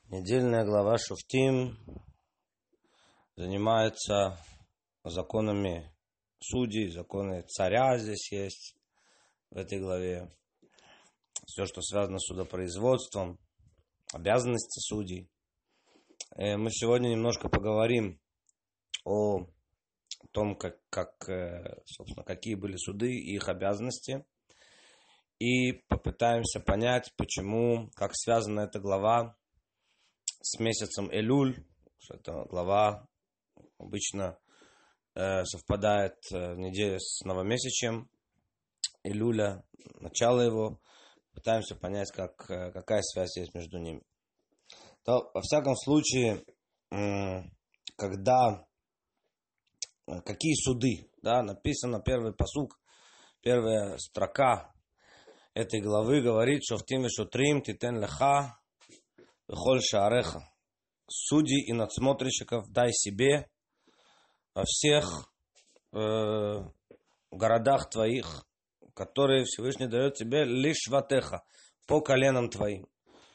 Недельная глава Шуфтим занимается законами судей, законы царя здесь есть в этой главе. Все, что связано с судопроизводством, обязанности судей. Мы сегодня немножко поговорим о том, собственно, какие были суды и их обязанности. И попытаемся понять, почему, как связана эта глава с месяцем Элюль. Эта глава обычно совпадает в неделю с новомесячем Элюля, начало его. Пытаемся понять, какая связь есть между ними. То, во всяком случае, какие суды, да, написано первый пасук, первая строка этой главы говорит: «Шофтим вешотрим титен леха вехоль шаареха». Судей и надсмотрщиков дай себе во всех городах твоих, которые Всевышний дает тебе, лишь ватеха, по коленам твоим.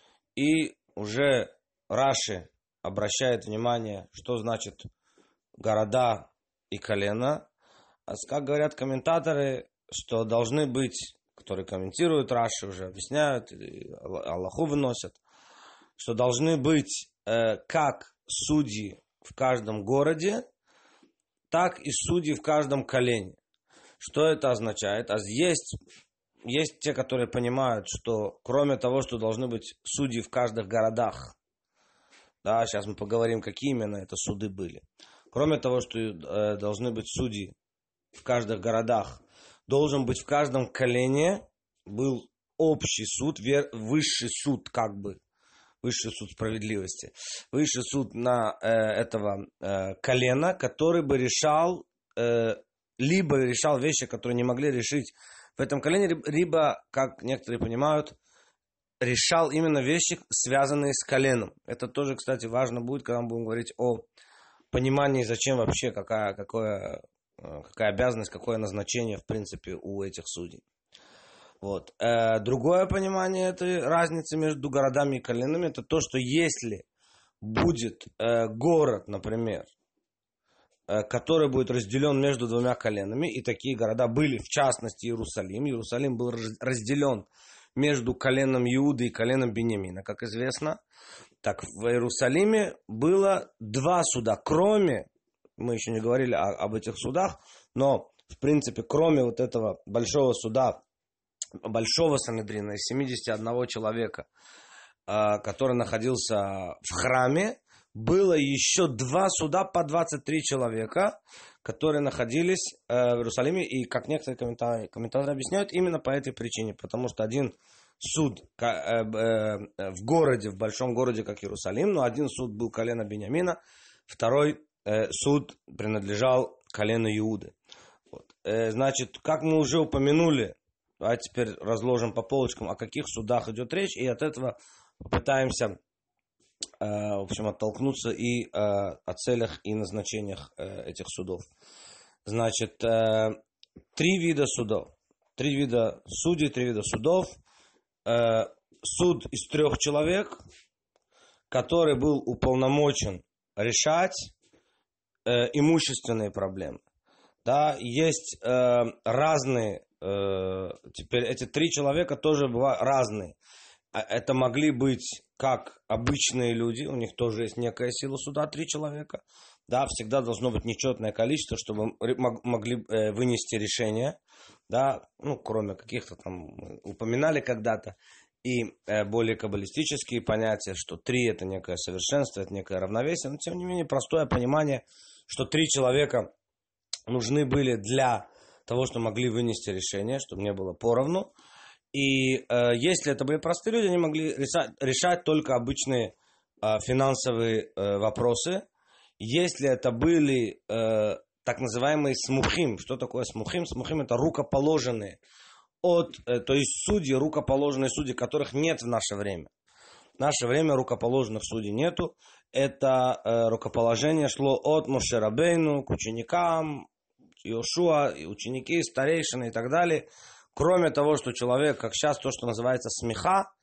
И уже Раши обращает внимание, что значит города и колено. Как говорят комментаторы, что должны быть, которые комментируют Раши, уже объясняют, Аллаху выносят, что должны быть как судьи в каждом городе, так и судьи в каждом колене. Что это означает? Есть те, которые понимают, что кроме того, что должны быть судьи в каждых городах, да, сейчас мы поговорим, какие именно это суды были. Кроме того, что должны быть судьи в каждых городах, должен быть в каждом колене был общий суд, высший суд, высший суд справедливости, высший суд на этого колена, который бы решал, либо решал вещи, которые не могли решить в этом колене, либо, как некоторые понимают, решал именно вещи, связанные с коленом. Это тоже, кстати, важно будет, когда мы будем говорить о понимании, зачем вообще, какая обязанность, какое назначение, в принципе, у этих судей. Вот. Другое понимание этой разницы между городами и коленами, это то, что если будет город, например, который будет разделен между двумя коленами, и такие города были, в частности, Иерусалим. Иерусалим был разделен между коленом Иуды и коленом Биньямина, как известно. Так, в Иерусалиме было два суда, мы еще не говорили об этих судах, но, в принципе, кроме вот этого большого суда, большого Санедрина из 71 человека, который находился в храме, было еще два суда по 23 человека, которые находились в Иерусалиме, и, как некоторые комментаторы объясняют, именно по этой причине, потому что один суд в городе, в большом городе, как Иерусалим, но один суд был колено Биньямина, второй суд принадлежал колену Иуды. Вот. Значит, как мы уже упомянули, давайте теперь разложим по полочкам, о каких судах идет речь, и от этого попытаемся, в общем, оттолкнуться и о целях и назначениях этих судов. Значит, три вида судов, три вида судей, три вида судов. Суд из 3 человек, который был уполномочен решать имущественные проблемы. Да, есть разные, теперь эти 3 человека тоже бывают разные. Это могли быть как обычные люди, у них тоже есть некая сила суда, 3 человека. Да, всегда должно быть нечетное количество, чтобы могли вынести решение. Да, кроме каких-то там, упоминали когда-то, и более каббалистические понятия, что 3 это некое совершенство, это некое равновесие, но тем не менее простое понимание, что 3 человека нужны были для того, чтобы могли вынести решение, чтобы не было поровну. И если это были простые люди, они могли решать только обычные финансовые вопросы. Если это были так называемые смухим, что такое смухим? Смухим — это рукоположенные то есть судьи, рукоположенные судьи, которых нет в наше время. В наше время рукоположенных судей нету. Это рукоположение шло от Моше Рабейну к ученикам, Йошуа, и ученики, старейшины и так далее. Кроме того, что человек, как сейчас то, что называется смеха,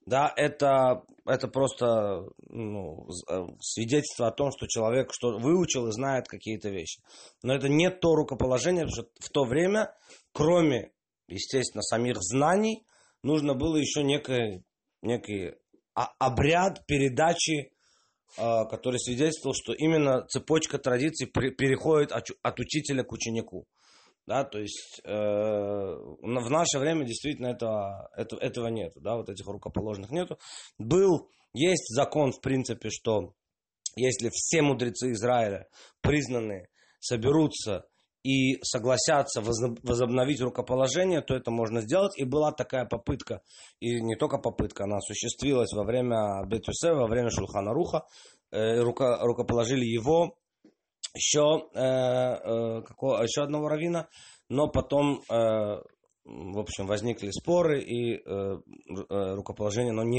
Да, это просто свидетельство о том, что человек что выучил и знает какие-то вещи. Но это не то рукоположение, потому что в то время, кроме, естественно, самих знаний, нужно было еще некий обряд передачи, который свидетельствовал, что именно цепочка традиций переходит от учителя к ученику. Да, то есть в наше время действительно этого нету, да, вот этих рукоположенных нету. Есть закон, в принципе, что если все мудрецы Израиля признанные соберутся и согласятся возобновить рукоположение, то это можно сделать. И была такая попытка, и не только попытка, она осуществилась во время Бейт Йосефа, во время Шулхана Аруха, рукоположили его, еще одного раввина, но потом, в общем, возникли споры, и рукоположение оно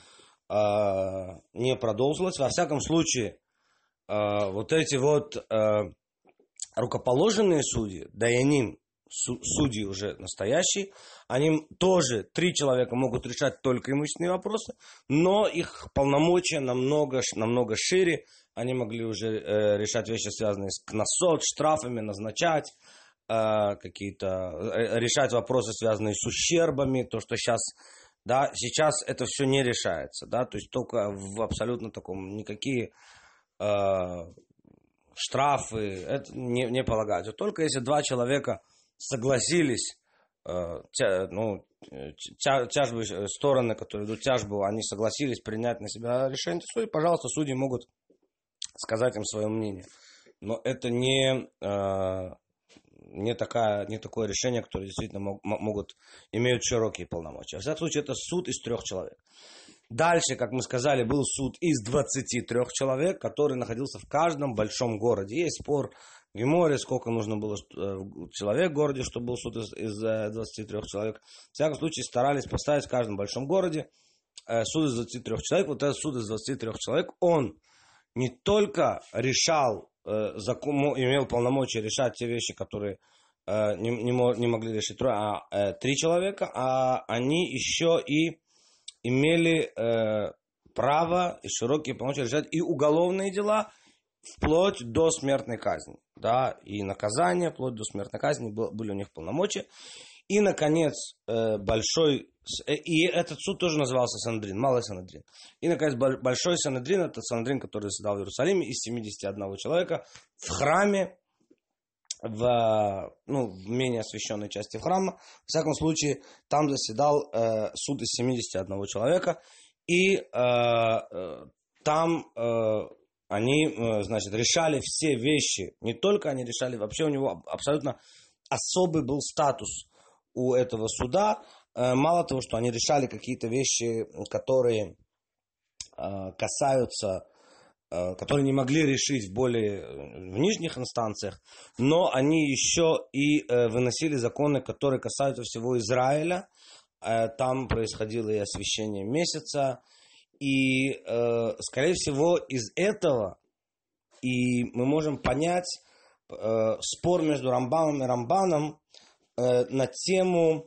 не продолжилось. Во всяком случае, вот эти вот рукоположенные судьи, даяним, судьи уже настоящие, они тоже, 3 человека могут решать только имущественные вопросы, но их полномочия намного шире. Они могли уже решать вещи, связанные с кносот, штрафами, назначать решать вопросы, связанные с ущербами, то, что сейчас это все не решается, да, то есть только в абсолютно таком, никакие штрафы это не полагаются. Только если 2 человека согласились, тяжбы, стороны, которые идут тяжбу, они согласились принять на себя решение судей, пожалуйста, судьи могут сказать им свое мнение. Но это не такое решение, которое действительно имеют широкие полномочия. Во всяком случае, это суд из 3 человек. Дальше, как мы сказали, был суд из 23 человек, который находился в каждом большом городе. Есть спор в Геморе, сколько нужно было человек в городе, чтобы был суд из 23 человек. В всяком случае, старались поставить в каждом большом городе суд из 23 человек. Вот этот суд из 23 человек, он не только имел полномочия решать те вещи, которые не могли решить 3 человека, а они еще и имели право и широкие полномочия решать и уголовные дела вплоть до смертной казни. Да, и наказания вплоть до смертной казни были у них полномочия. И, наконец, и этот суд тоже назывался Санедрин, Малый Санедрин. И, наконец, Большой Санедрин, это Санедрин, который заседал в Иерусалиме из 71 человека в храме, в менее освященной части храма. В всяком случае, там заседал суд из 71 человека. И там они, решали все вещи. Не только они решали, вообще у него абсолютно особый был статус у этого суда. Мало того, что они решали какие-то вещи, которые касаются, которые не могли решить в нижних инстанциях, но они еще и выносили законы, которые касаются всего Израиля. Там происходило и освящение месяца. И, скорее всего, из этого и мы можем понять спор между Рамбамом и Рамбаном на тему,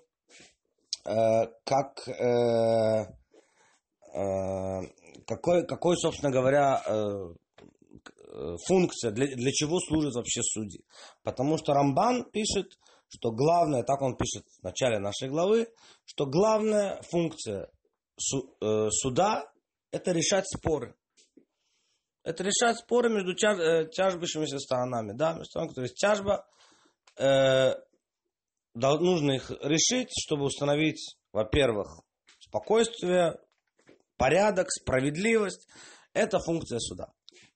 какой, собственно говоря, функция, для чего служат вообще судьи. Потому что Рамбан пишет, что главное, так он пишет в начале нашей главы, что главная функция суда – это решать споры. Это решать споры между тяжбящимися сторонами. Да? Между сторонами, то есть тяжба, нужно их решить, чтобы установить, во-первых, спокойствие, порядок, справедливость. Это функция суда.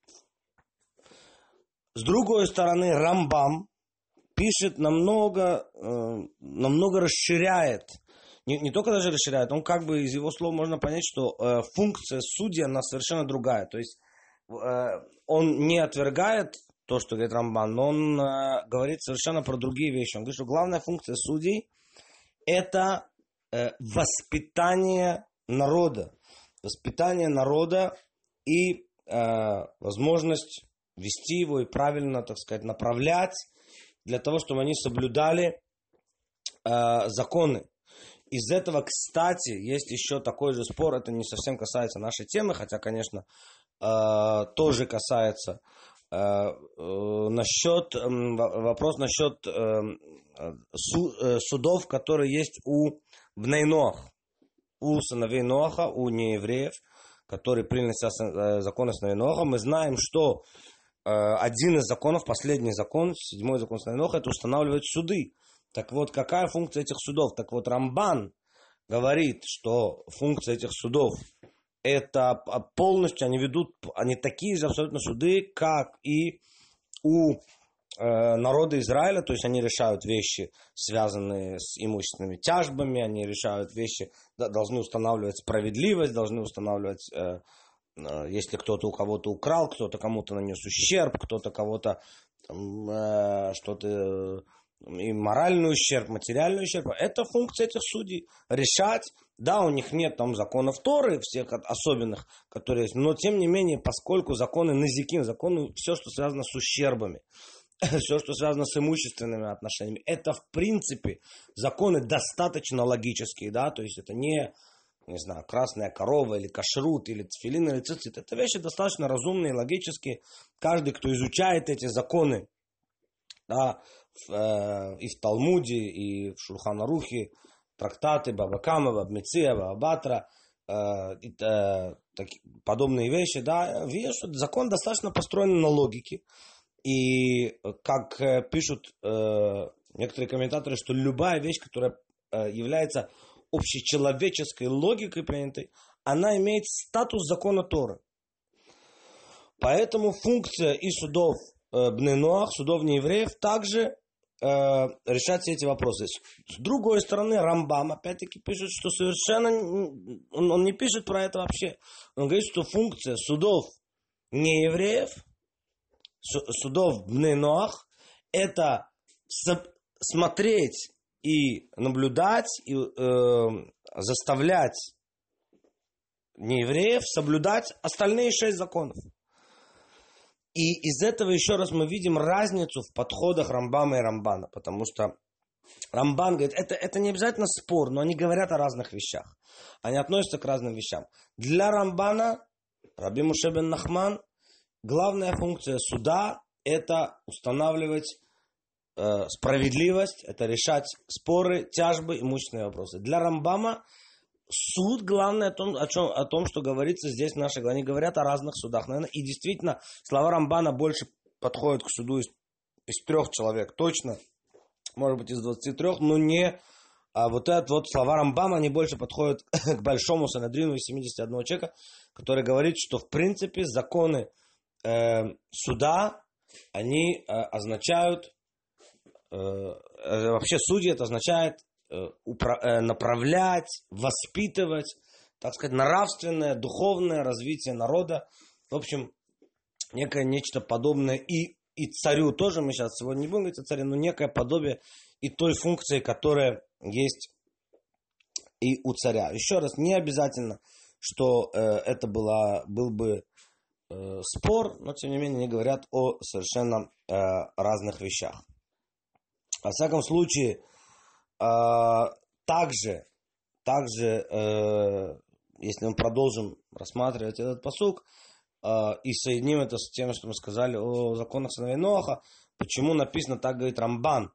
С другой стороны, Рамбам пишет намного расширяет, не только даже расширяет, он как бы из его слов можно понять, что функция судьи, она совершенно другая. То есть он не отвергает то, что говорит Рамбан, но он говорит совершенно про другие вещи. Он говорит, что главная функция судей – это воспитание народа. Воспитание народа и возможность вести его и правильно, так сказать, направлять для того, чтобы они соблюдали законы. Из этого, кстати, есть еще такой же спор, это не совсем касается нашей темы, хотя, конечно, тоже касается вопрос насчет судов, которые есть у Бней Ноах, у сыновей Ноаха, у неевреев, которые приняли законы сыновей Ноаха. Мы знаем, что один из законов, последний закон, 7-й закон сыновей Ноаха, это устанавливает суды. Так вот, какая функция этих судов? Так вот, Рамбан говорит, что функция этих судов это полностью, они такие же абсолютно суды, как и у народа Израиля, то есть они решают вещи, связанные с имущественными тяжбами, они решают вещи, должны устанавливать справедливость, должны устанавливать, если кто-то у кого-то украл, кто-то кому-то нанес ущерб, кто-то кого-то что-то, и моральный ущерб, материальный ущерб. Это функция этих судей. Решать, да, у них нет там законов Торы, всех особенных, которые есть, но тем не менее, поскольку законы назиким, законы, все, что связано с ущербами, все, что связано с имущественными отношениями, это в принципе законы достаточно логические, да, то есть это не знаю, красная корова или кашрут, или тфилин, или цицит. Это вещи достаточно разумные, логические. Каждый, кто изучает эти законы, да, и в Талмуде, и в Шулхан Арухе, трактаты Баба Кама, Баба Меция, Баба Батра, подобные вещи, да, видишь, что закон достаточно построен на логике. И как пишут некоторые комментаторы, что любая вещь, которая является общечеловеческой логикой принятой, она имеет статус закона Торы. Поэтому функция и судов Бней Ноах, судов неевреев, также решать все эти вопросы. С другой стороны, Рамбам опять-таки пишет, что совершенно он не пишет про это вообще. Он говорит, что функция судов неевреев, судов Бней Ноах, это смотреть и наблюдать, и заставлять неевреев соблюдать остальные 6 законов. И из этого еще раз мы видим разницу в подходах Рамбама и Рамбана, потому что Рамбан говорит, это не обязательно спор, но они говорят о разных вещах. Они относятся к разным вещам. Для Рамбана, Раби Моше бен Нахман, главная функция суда – это устанавливать справедливость, это решать споры, тяжбы, имущественные вопросы. Для Рамбама суд, главное о том, что говорится здесь в нашей главе. Они говорят о разных судах. Наверное, и действительно, слова Рамбана больше подходят к суду из 3 человек. Точно, может быть, из 23, но не... А вот это вот слова Рамбама, они больше подходят к большому Санедрину из 71 человека, который говорит, что в принципе законы суда, они означают... вообще судьи это означает направлять, воспитывать, так сказать, нравственное, духовное развитие народа. В общем, нечто подобное и царю тоже, мы сейчас сегодня не будем говорить о царе, но некое подобие и той функции, которая есть и у царя. Еще раз, не обязательно, что это был бы спор, но тем не менее они говорят о совершенно разных вещах. Во всяком случае, также, если мы продолжим рассматривать этот пасук и соединим это с тем, что мы сказали о законах сыновей Ноаха, почему написано, так говорит Рамбан,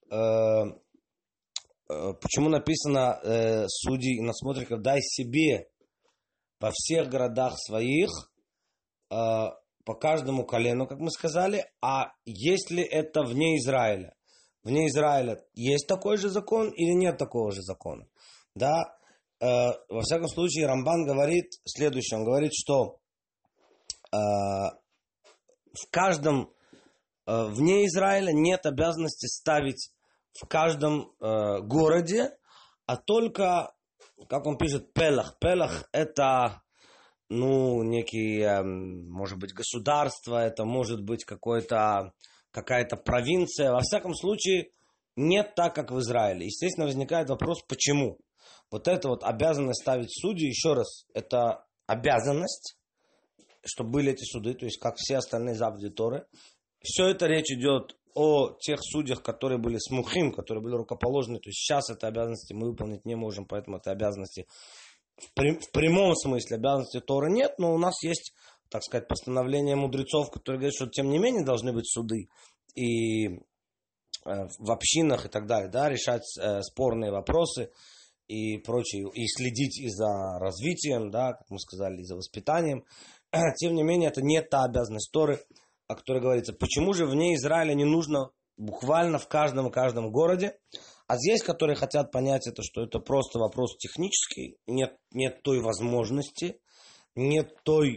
почему написано судей и надсмотрщиков дай себе во всех городах своих, по каждому колену, как мы сказали, а если это вне Израиля? Вне Израиля есть такой же закон или нет такого же закона? Да? Во всяком случае, Рамбан говорит следующее. Он говорит, что в каждом вне Израиля нет обязанности ставить в каждом городе, а только, как он пишет, пелах. Пелах это, некий, может быть, государство, это может быть какая-то провинция. Во всяком случае, нет так, как в Израиле. Естественно, возникает вопрос, почему? Вот эта вот обязанность ставить судей, еще раз, это обязанность, чтобы были эти суды, то есть как все остальные заповеди Торы. Все это речь идет о тех судьях, которые были смухим, которые были рукоположены. То есть сейчас этой обязанности мы выполнить не можем, поэтому этой обязанности в прямом смысле обязанности Торы нет, но у нас есть, так сказать, постановление мудрецов, которые говорят, что тем не менее должны быть суды и в общинах и так далее, да, решать спорные вопросы и прочее, и следить и за развитием, да, как мы сказали, и за воспитанием. Тем не менее, это не та обязанность Торы, о которой говорится. Почему же вне Израиля не нужно буквально в каждом городе? А здесь, которые хотят понять это, что это просто вопрос технический, нет той возможности, нет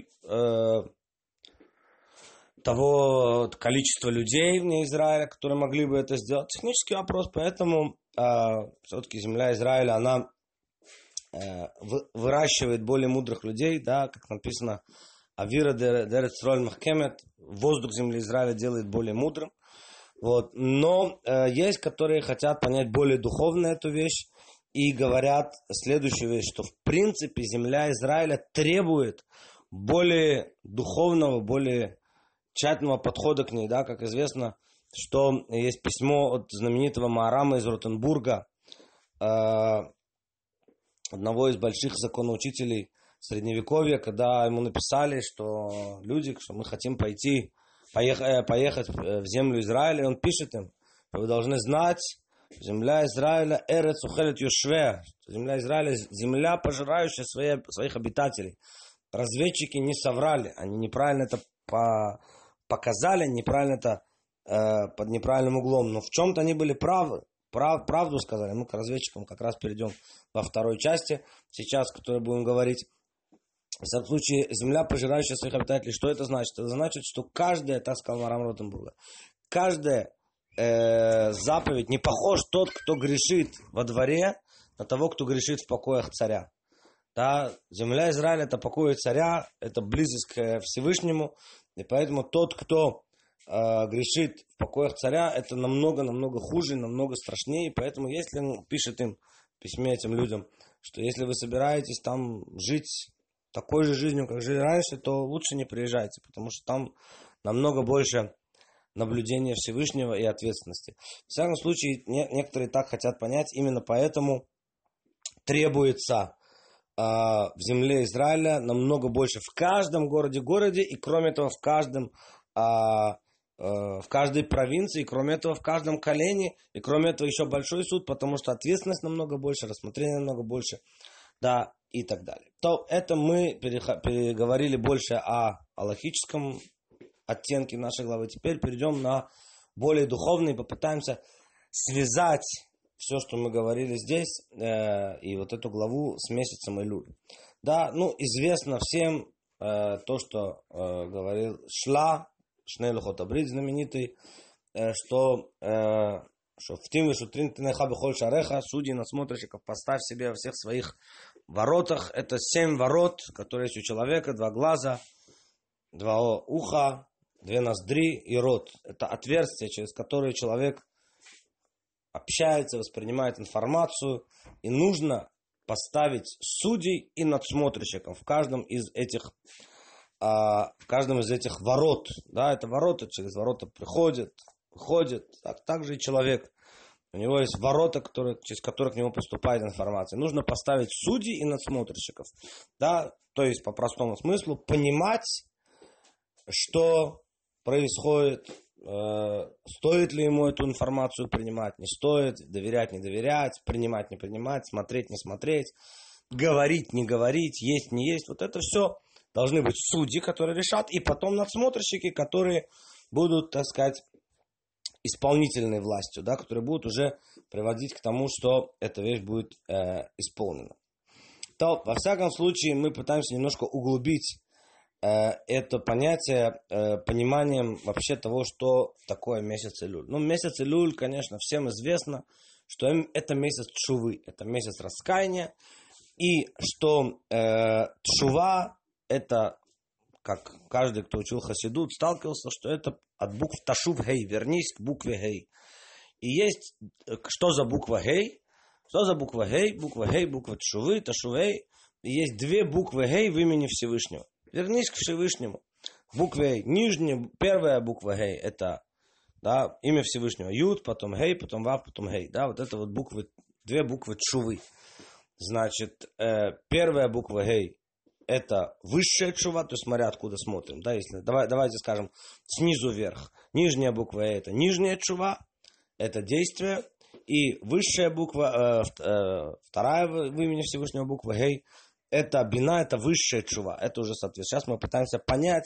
того количества людей вне Израиля, которые могли бы это сделать. Технический вопрос, поэтому все-таки земля Израиля, она выращивает более мудрых людей, да, как написано, Авира дерец роль махкемет, воздух земли Израиля делает более мудрым. Вот. Но есть, которые хотят понять более духовно эту вещь и говорят следующую вещь, что в принципе земля Израиля требует более духовного, более тщательного подхода к ней. Да? Как известно, что есть письмо от знаменитого Маарама из Ротенбурга, одного из больших законоучителей Средневековья, когда ему написали, что люди, что мы хотим поехать в землю Израиля, он пишет им, вы должны знать, земля Израиля эрец ухелет юшве, земля Израиля земля, пожирающая своих обитателей. Разведчики не соврали, они неправильно это показали, неправильно это под неправильным углом, но в чем-то они были правы. Правду сказали. Мы к разведчикам как раз перейдем во второй части, сейчас, о которой будем говорить. В всяком случае, земля, пожирающая своих обитателей, что это значит? Это значит, что каждая, так сказал Маарам Ротенбурга, каждая заповедь, не похож тот, кто грешит во дворе, на того, кто грешит в покоях царя. Да? Земля Израиля — это покои царя, это близость к Всевышнему, и поэтому тот, кто грешит в покоях царя, это намного хуже, намного страшнее. Поэтому если он пишет им в письме этим людям, что если вы собираетесь там жить такой же жизнью, как жили раньше, то лучше не приезжайте, потому что там намного больше наблюдения Всевышнего и ответственности. В всяком случае, некоторые так хотят понять, именно поэтому требуется в земле Израиля намного больше в каждом городе, и кроме этого в каждой провинции, и кроме этого в каждом колене, и кроме этого еще большой суд, потому что ответственность намного больше, рассмотрение намного больше, да, и так далее. То это мы переговорили больше о алахическом оттенке нашей главы. Теперь перейдем на более духовный, попытаемся связать все, что мы говорили здесь, и вот эту главу с месяцем Элуль. Да, известно всем то, что говорил Шней Лухот Абрит знаменитый, что в тим вишутрин тинеха бехоль шареха, судей надсмотрщиков поставь себе во всех своих воротах. Это 7 ворот, которые есть у человека: 2 глаза, 2 уха, 2 ноздри и рот. Это отверстия, через которые человек общается, воспринимает информацию. И нужно поставить судей и надсмотрщиков в каждом из этих ворот. Да, это ворота, через ворота приходят, выходят. Также и человек. У него есть ворота, через которые к нему поступает информация. Нужно поставить судей и надсмотрщиков. Да, то есть, по простому смыслу, понимать, что происходит, стоит ли ему эту информацию принимать, не стоит, доверять, не доверять, принимать, не принимать, смотреть, не смотреть, говорить, не говорить, есть, не есть. Вот это все должны быть судьи, которые решат, и потом надсмотрщики, которые будут, так сказать, исполнительной властью, да, которые будут уже приводить к тому, что эта вещь будет исполнена. То, во всяком случае, мы пытаемся немножко углубить это понятие пониманием вообще того, что такое месяц Элуль. Месяц Элуль, конечно, всем известно, что это месяц тшувы, это месяц раскаяния, и что тшува — это, как каждый, кто учил хасидут, сталкивался, что это от букв ташув гей, вернись к букве гей. И есть, что за буква гей? Что за буква гей? Буква гей, буква тшувы, ташувей. И есть 2 буквы гей в имени Всевышнего. Вернись к Всевышнему. Буква гей, нижняя, первая буква гей — это Да, имя Всевышнего. Юд, потом Гей, потом Вав, потом Гей. Да, вот это вот буквы, две буквы Тшувы. Значит, первая буква Гей это высшая чува, то есть смотря откуда смотрим. Да, если, давайте скажем снизу вверх. Нижняя буква это нижняя чува, это действие. И высшая буква, вторая в имени Всевышнего буква Гей, это бина, это высшая чува. Это уже соответственно. Сейчас мы пытаемся понять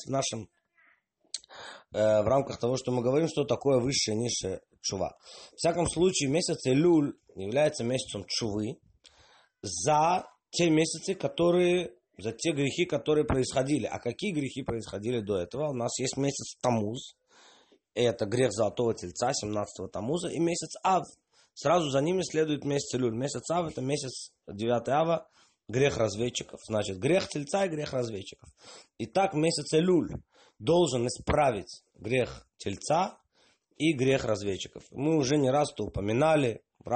в рамках того, что мы говорим, что такое высшая и низшая чува. В всяком случае, месяц Элюль является месяцем чувы за те месяцы, за те грехи, которые происходили. А какие грехи происходили до этого? У нас есть месяц Тамуз, и это грех Золотого Тельца, 17-го Тамуза, и месяц Ав. Сразу за ними следует месяц Элюль. Месяц Ав это месяц 9 Ава, грех разведчиков. Значит, грех Тельца и грех разведчиков. Итак, месяц Элюль должен исправить грех Тельца и грех разведчиков. Мы уже не раз это упоминали в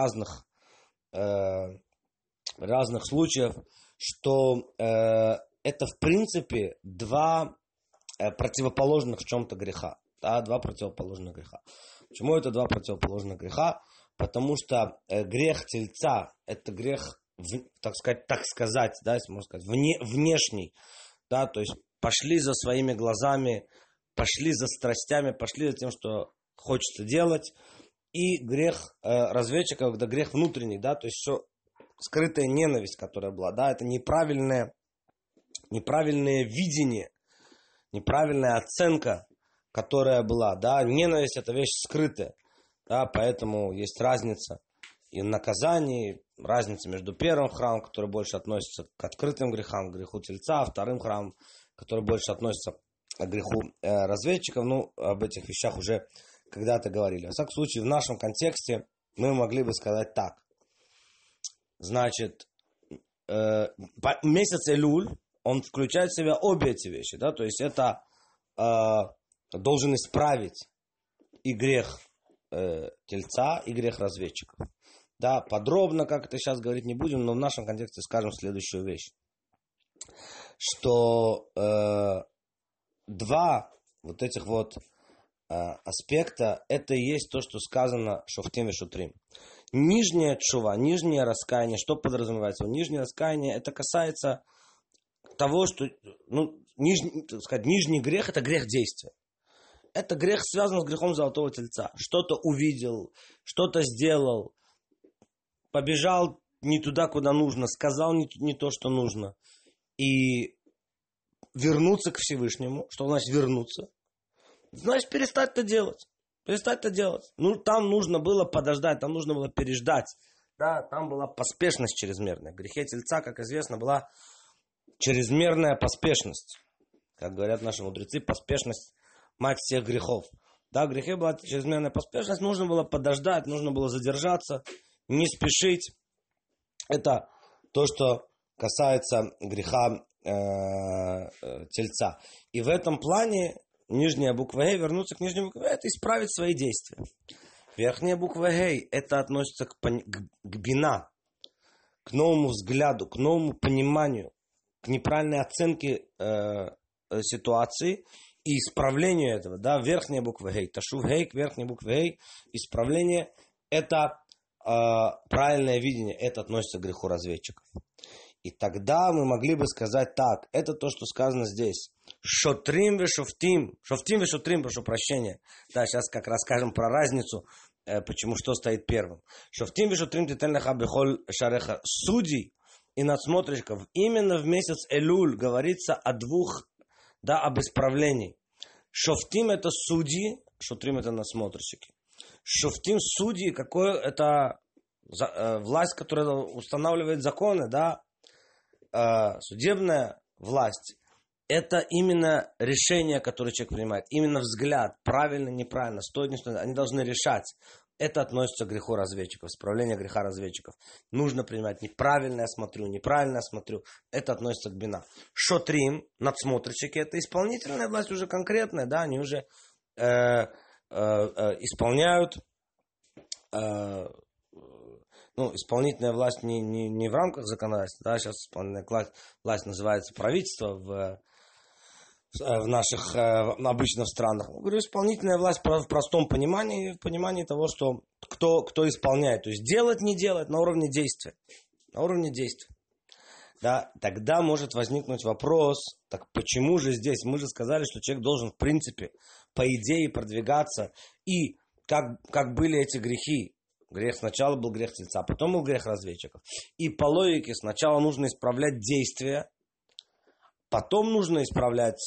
разных случаях, что это в принципе два противоположных в чем-то греха. Да, два противоположных греха. Почему это два противоположных греха? Потому что грех Тельца это грех, так сказать, да, если можно сказать, внешний. Да, то есть пошли за своими глазами, пошли за страстями, пошли за тем, что хочется делать. И грех разведчика, это грех внутренний, да, то есть все скрытая ненависть, которая была, да, это неправильное видение, неправильная оценка, которая была, да, ненависть это вещь скрытая, да, поэтому есть разница и в наказании, разница между первым храмом, который больше относится к открытым грехам, к греху Тельца, а вторым храмом, который больше относится к греху разведчиков. Ну, об этих вещах уже когда-то говорили. Во всяком случае, в нашем контексте мы могли бы сказать так. Значит, месяц Элюль, он включает в себя обе эти вещи, да, то есть это должен исправить и грех Тельца, и грех разведчиков. Да, подробно, как это сейчас говорить не будем, но в нашем контексте скажем следующую вещь. Что два вот этих вот аспекта, это и есть то, что сказано шофтим и шутрим. Нижняя чува, нижнее раскаяние, что подразумевается? Нижнее раскаяние, это касается того, что, нижний грех, это грех действия. Это грех связан с грехом Золотого Тельца. Что-то увидел, что-то сделал, побежал не туда, куда нужно, сказал не то, что нужно. И вернуться к Всевышнему, что значит вернуться? Значит перестать это делать. Ну, там нужно было подождать, там нужно было переждать. Да, там была поспешность чрезмерная. В грехе Тельца, как известно, была чрезмерная поспешность. Как говорят наши мудрецы, поспешность мать всех грехов. Да, в грехе была чрезмерная поспешность, нужно было подождать, нужно было задержаться, не спешить. Это то, что касается греха Тельца. И в этом плане нижняя буква Гей, вернуться к нижней букве Гей, это исправить свои действия. Верхняя буква Гей, это относится к бина, к новому взгляду, к новому пониманию, к неправильной оценке ситуации и исправлению этого. Да, верхняя буква Гей, Ташув Гей, к верхней букве Гей, исправление, это правильное видение, это относится к греху разведчиков. И тогда мы могли бы сказать так, это то, что сказано здесь. Шотрим ве шофтим, шофтим ве шотрим, прошу прощения. Да, сейчас как раз скажем про разницу, почему что стоит первым. Шофтим ве шотрим титен леха бехоль шареха. Судей и надсмотрщиков. Именно в месяц Элюль говорится о двух, да, об исправлении. Шофтим это судьи, шотрим это надсмотрщики. Шофтим судьи, какое это власть, которая устанавливает законы, да, судебная власть. Это именно решение, которое человек принимает. Именно взгляд, правильно, неправильно, стоит, не стоит. Они должны решать. Это относится к греху разведчиков, исправление греха разведчиков. Нужно принимать неправильно я смотрю, неправильно я смотрю. Это относится к бина. Шотрим, надсмотрщики, это исполнительная власть уже конкретная, да, они уже исполняют. Исполнительная власть не в рамках законодательства, да, сейчас исполнительная власть называется правительство в наших обычных странах. Я говорю, исполнительная власть в простом понимании, в понимании того, что кто исполняет. То есть делать, не делать на уровне действия. На уровне действия. Да, тогда может возникнуть вопрос, так почему же здесь? Мы же сказали, что человек должен, в принципе, по идее продвигаться. И как были эти грехи? Грех сначала был грех тельца, потом был грех разведчиков. И по логике сначала нужно исправлять действия, потом нужно исправлять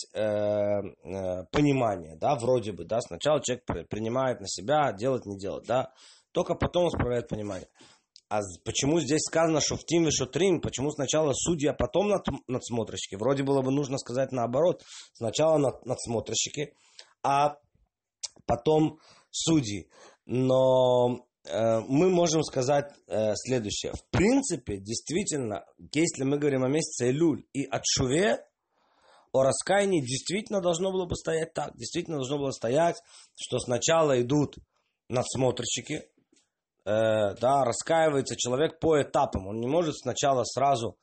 понимание, да, вроде бы, да. Сначала человек принимает на себя, делать, не делать, да. Только потом исправляет понимание. А почему здесь сказано шофтим и шотрим? Почему сначала судьи, а потом надсмотрщики? Вроде было бы нужно сказать наоборот. Сначала надсмотрщики, а потом судьи. Но мы можем сказать следующее. В принципе, действительно, если мы говорим о месяце Элюль и о Тшуве, о раскаянии действительно должно было бы стоять так. Действительно должно было стоять, что сначала идут надсмотрщики, да, раскаивается человек по этапам. Он не может сначала сразу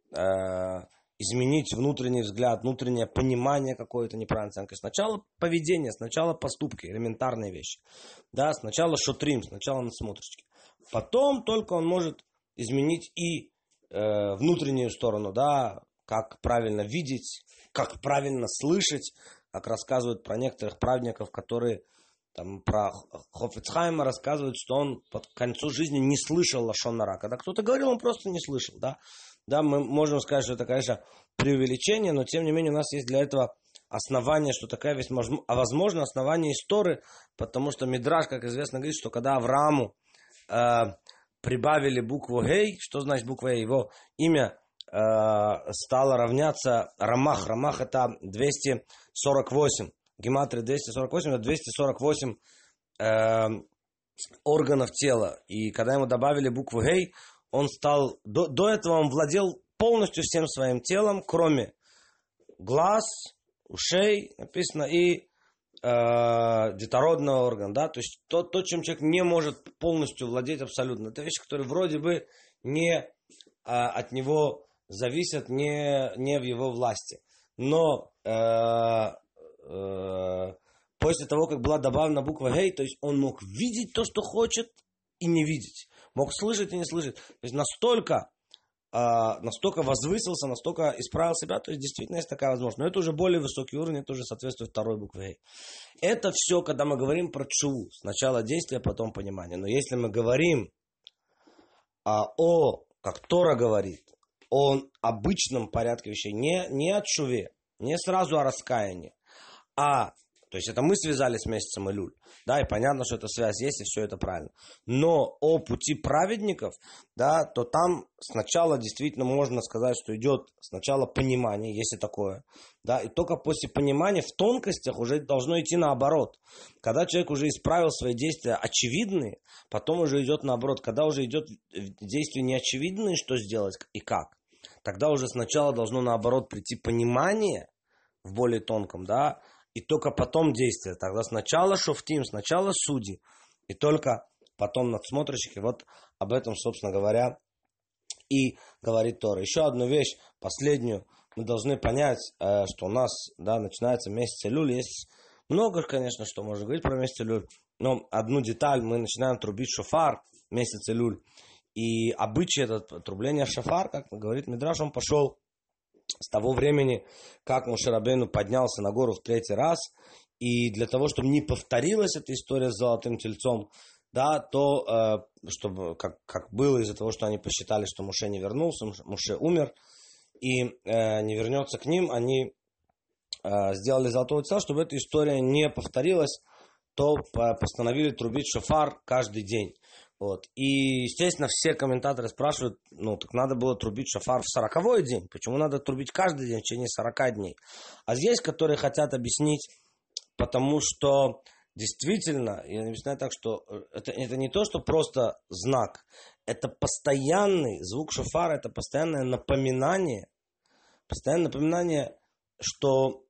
изменить внутренний взгляд, внутреннее понимание какое-то неправильной оценки. Сначала поведение, сначала поступки, элементарные вещи. Да, сначала шотрим, сначала надсмотрщики. Потом только он может изменить и внутреннюю сторону, да, как правильно видеть, как правильно слышать, как рассказывают про некоторых праведников, которые там про Хафец Хаима рассказывают, что он под концу жизни не слышал лашон ара. Когда кто-то говорил, он просто не слышал. Да? Да, мы можем сказать, что это, конечно, преувеличение, но тем не менее у нас есть для этого основание, что такая вещь, а возможно основание истории, потому что Мидраш, как известно, говорит, что когда Аврааму прибавили букву Гей, что значит буква Гей? Его имя стало равняться Рамах. Рамах это 248. Гематрия 248, это 248 органов тела. И когда ему добавили букву Гей, он стал... До этого он владел полностью всем своим телом, кроме глаз, ушей, написано, и детородного органа. Да? То есть то, чем человек не может полностью владеть абсолютно. Это вещи, которые вроде бы не от него зависят, не в его власти. Но... после того, как была добавлена буква Гей, то есть он мог видеть то, что хочет, и не видеть. Мог слышать и не слышать. То есть настолько возвысился, настолько исправил себя, то есть действительно есть такая возможность. Но это уже более высокий уровень, это уже соответствует второй букве Гей. Это все, когда мы говорим про тшуву. Сначала действие, потом понимание. Но если мы говорим как Тора говорит, о обычном порядке вещей, не о тшуве, не сразу о раскаянии, то есть это мы связали с месяцем Элюль, да, и понятно, что эта связь есть, и все это правильно. Но о пути праведников, да, то там сначала действительно можно сказать, что идет сначала понимание, если такое, да, и только после понимания в тонкостях уже должно идти наоборот. Когда человек уже исправил свои действия очевидные, потом уже идет наоборот. Когда уже идет действия неочевидные, что сделать и как, тогда уже сначала должно наоборот прийти понимание в более тонком, да, и только потом действие. Тогда сначала шофтим, сначала судьи, и только потом надсмотрщики. Вот об этом, собственно говоря, и говорит Тора. Еще одну вещь, последнюю, мы должны понять, что у нас, да, начинается месяц Элюль. Есть много, конечно, что можно говорить про месяц Элюль, но одну деталь: мы начинаем трубить шофар месяц Элюль. И обычай это трубление шофар, как говорит Мидраш, он пошел с того времени, как Моше Рабейну поднялся на гору в 3-й раз, и для того, чтобы не повторилась эта история с золотым тельцом, да, то, чтобы, как было из-за того, что они посчитали, что Моше не вернулся, Моше умер, и не вернется к ним, они сделали золотого тельца, чтобы эта история не повторилась, то постановили трубить шофар каждый день. Вот. И, естественно, все комментаторы спрашивают, так надо было трубить шофар в 40-й день. Почему надо трубить каждый день в течение 40 дней? А здесь, которые хотят объяснить, потому что действительно, я объясняю так, что это не то, что просто знак. Это постоянный звук шофара, это постоянное напоминание, что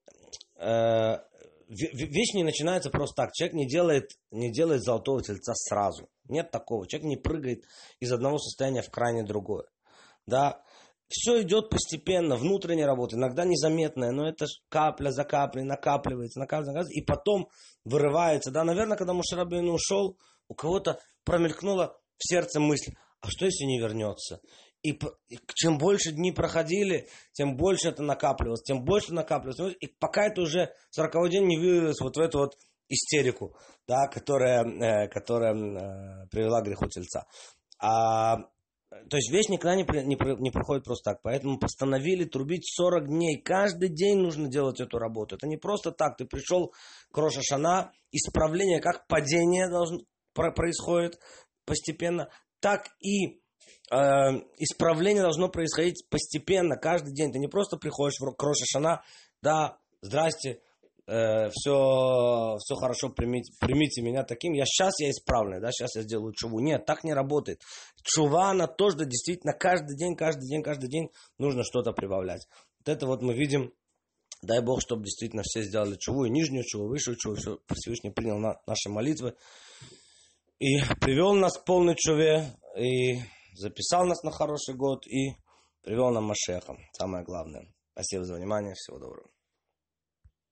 вещь не начинается просто так. Человек не делает золотого тельца сразу. Нет такого. Человек не прыгает из одного состояния в крайне другое. Да? все идет постепенно, внутренняя работа, иногда незаметная, но это капля за каплей накапливается, и потом вырывается. Да, наверное, когда Моше Рабейну ушел, у кого-то промелькнула в сердце мысль, а что если не вернется? И чем больше дни проходили, тем больше это накапливалось, и пока это уже 40-й день не вылилось вот в эту вот истерику, да, которая привела к греху тельца. То есть вещь никогда не проходит просто так. Поэтому постановили трубить 40 дней. Каждый день нужно делать эту работу. Это не просто так. Ты пришел к Рош ха-Шана, исправление, как падение происходит постепенно, так и исправление должно происходить постепенно, каждый день. Ты не просто приходишь к Рош ха-Шана, да, здрасте, все хорошо, примите меня таким. Сейчас я исправлю, да, сейчас я сделаю чуву. Нет, так не работает. Чува, она тоже действительно каждый день нужно что-то прибавлять. Вот это вот мы видим. Дай Бог, чтобы действительно все сделали чуву, и нижнюю чуву, высшую чуву. Все, Всевышний принял наши молитвы и привел нас к полной чуве, и записал нас на хороший год, и привел нам Машеха. Самое главное. Спасибо за внимание. Всего доброго.